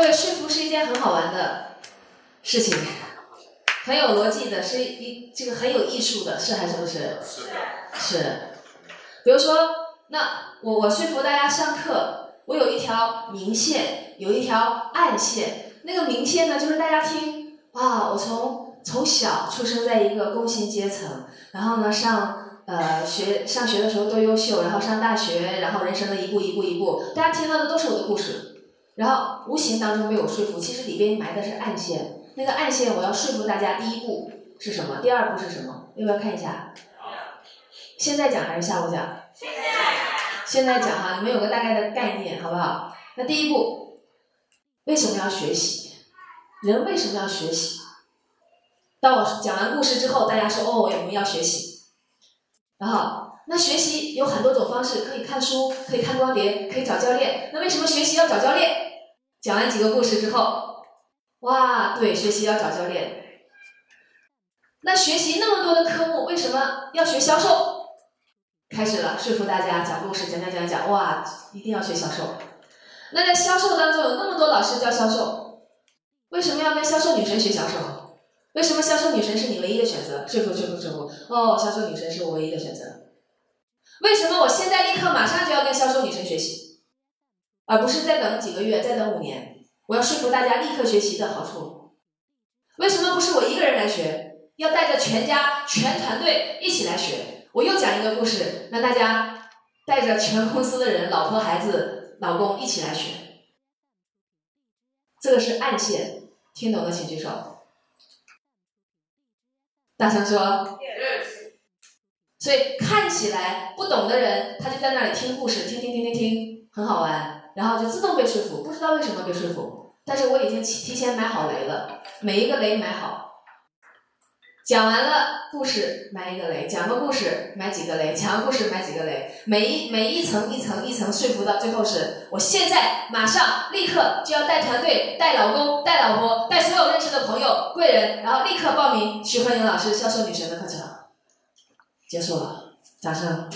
位，说服是一件很好玩的事情，很有逻辑的，是这个很有艺术的，是还是不是？是。比如说，那我说服大家上课，我有一条明线，有一条暗线。那个明线呢，就是大家听，哇，我从小出生在一个工薪阶层，然后呢上学的时候多优秀，然后上大学，然后人生的一步，大家听到的都是我的故事，然后无形当中被我说服，其实里边埋的是暗线。那个暗线我要说服大家，第一步是什么？第二步是什么？要不要看一下？现在讲还是下午讲？现在讲哈，你们有个大概的概念，好不好？那第一步，为什么要学习？人为什么要学习？当我讲完故事之后，大家说哦，我们要学习。然后，那学习有很多种方式，可以看书，可以看光碟，可以找教练。那为什么学习要找教练？讲完几个故事之后，哇，对，学习要找教练。那学习那么多的科目，为什么要学销售？开始了，说服大家讲故事，讲，哇，一定要学销售。那在销售当中有那么多老师教销售，为什么要跟销售女神学销售？为什么销售女神是你唯一的选择？说服。哦，销售女神是我唯一的选择。为什么我现在立刻马上就要跟销售女神学习，而不是再等几个月，再等5年？我要说服大家立刻学习的好处。为什么不是我一个人来学，要带着全家、全团队一起来学？我又讲一个故事，让大家带着全公司的人，老婆、孩子、老公一起来学。这个是暗线，听懂的请举手。大声说。所以看起来不懂的人，他就在那里听故事，听，很好玩，然后就自动被说服，不知道为什么被说服。但是我已经提前买好雷了，每一个雷买好。讲完了故事埋一个雷，讲个故事埋几个雷，讲完故事埋几个雷，每一层说服到最后是我现在马上立刻就要带团队、带老公、带老婆、带所有认识的朋友、贵人，然后立刻报名徐慧颖老师销售女神的课程。结束了，掌声。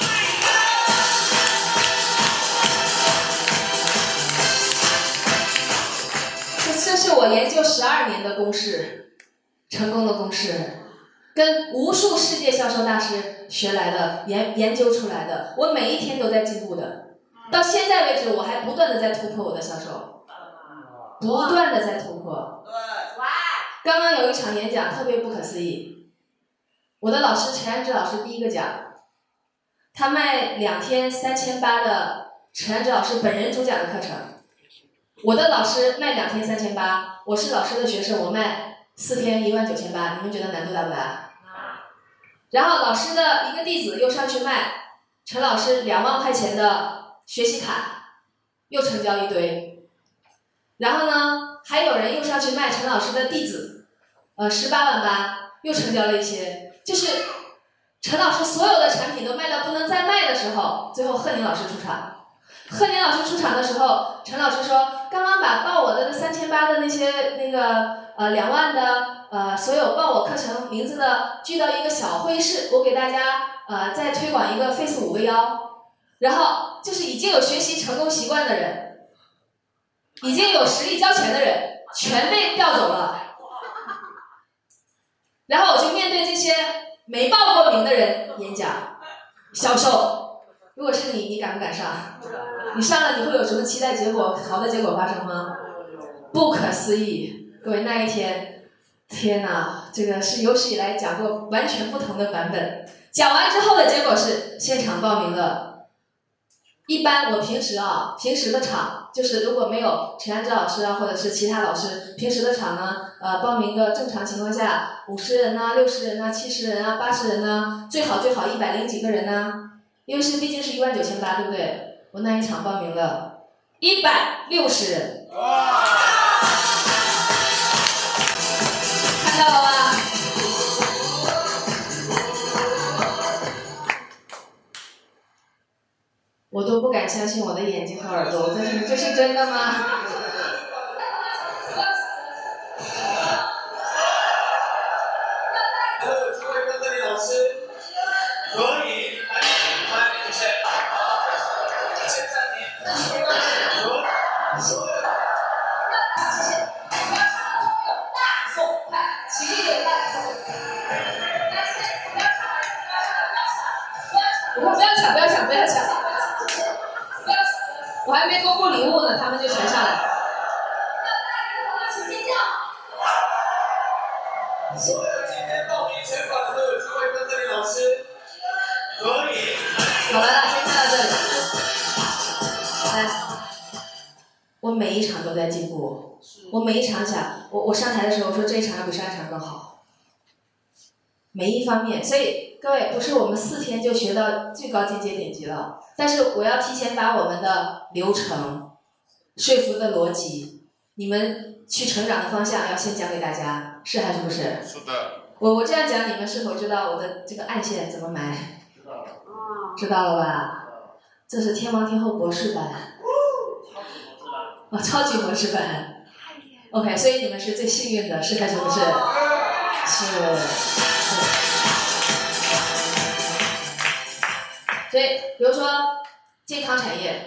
这是我研究12年的公式，成功的公式，跟无数世界销售大师学来的，研究出来的，我每一天都在进步的。到现在为止，我还不断的在突破我的销售，不断的在突破。刚刚有一场演讲特别不可思议，我的老师陈安之老师第一个讲，他卖2天3800的陈安之老师本人主讲的课程。我的老师卖2天3800，我是老师的学生，我卖4天19800，你们觉得难度大不大？然后老师的一个弟子又上去卖陈老师2万块钱的学习卡，又成交一堆。然后呢，还有人又上去卖陈老师的弟子，18万8，又成交了一些。就是陈老师所有的产品都卖到不能再卖的时候，最后贺宁老师出场。贺宁老师出场的时候，陈老师说，刚刚把报我的3800的那些2万的所有报我课程名字的聚到一个小会议室，我给大家再推广一个 Face 5个1，然后就是已经有学习成功习惯的人，已经有实力交钱的人，全被调走了。然后我就面对这些没报过名的人演讲销售。如果是你敢不敢上？你上了你会有什么期待结果好的结果发生吗？不可思议。各位，那一天，天哪，这个是有史以来讲过完全不同的版本。讲完之后的结果是现场报名了。一般我平时的场，就是如果没有陈安之老师或者是其他老师，平时的场呢，报名的正常情况下50人啊、60人啊、70人啊、80人啊，最好100几个人啊，因为毕竟是19800，对不对？我那一场报名了160人，看到了吧？我都不敢相信我的眼睛和耳朵，这是真的吗？ 抢，不要抢，不要抢！我还没公布礼物呢，他们就全上来了。请尖叫！ 所有今天报名全款的都有机会跟这里老师合影。 好了，先看到这里。来，我每一场都在进步，我每一场想，我上台的时候说这一场要比上一场更好，每一方面。所以各位，不是我们4天就学到最高境界典籍了，但是我要提前把我们的流程、说服的逻辑，你们去成长的方向要先讲给大家，是还是不是？ 是的。 我这样讲，你们是否知道我的这个暗线怎么埋？ 知道了。 知道了吧？这是天王天后博士班。超级博士班。OK， 所以你们是最幸运的，是还是不是？是。所以，比如说健康产业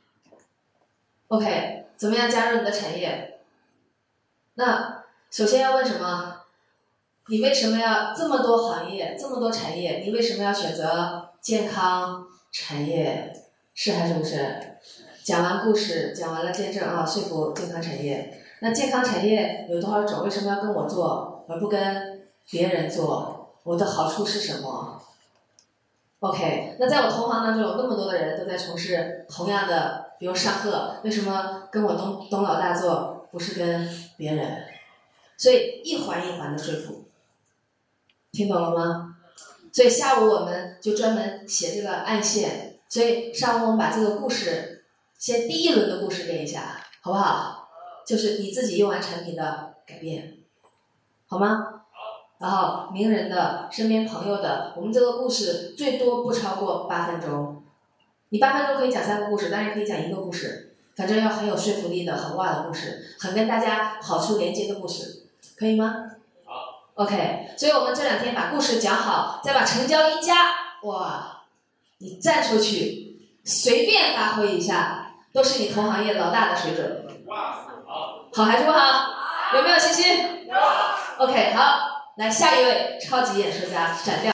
，OK， 怎么样加入你的产业？那首先要问什么？你为什么要这么多行业、这么多产业？你为什么要选择健康产业？是还是不是？讲完故事，讲完了见证啊，说服健康产业。那健康产业有多少种？为什么要跟我做，而不跟别人做？我的好处是什么 ？OK， 那在我同行当中有那么多的人都在从事同样的，比如上课，为什么跟我东老大做，不是跟别人？所以一环一环的说服，听懂了吗？所以下午我们就专门写这个暗线。所以上午我们把这个故事，先第一轮的故事练一下，好不好？就是你自己用完产品的改变，好吗？然后名人的、身边朋友的，我们这个故事最多不超过8分钟。你8分钟可以讲3个故事，当然可以讲1个故事，反正要很有说服力的、很哇的故事，很跟大家好处连接的故事，可以吗？ 好。 OK， 所以我们这2天把故事讲好，再把成交一加，哇！你站出去，随便发挥一下，都是你同行业老大的水准。 哇，好。 好还是不好？有没有信心？有。OK， 好，来下一位超级演说家，闪亮。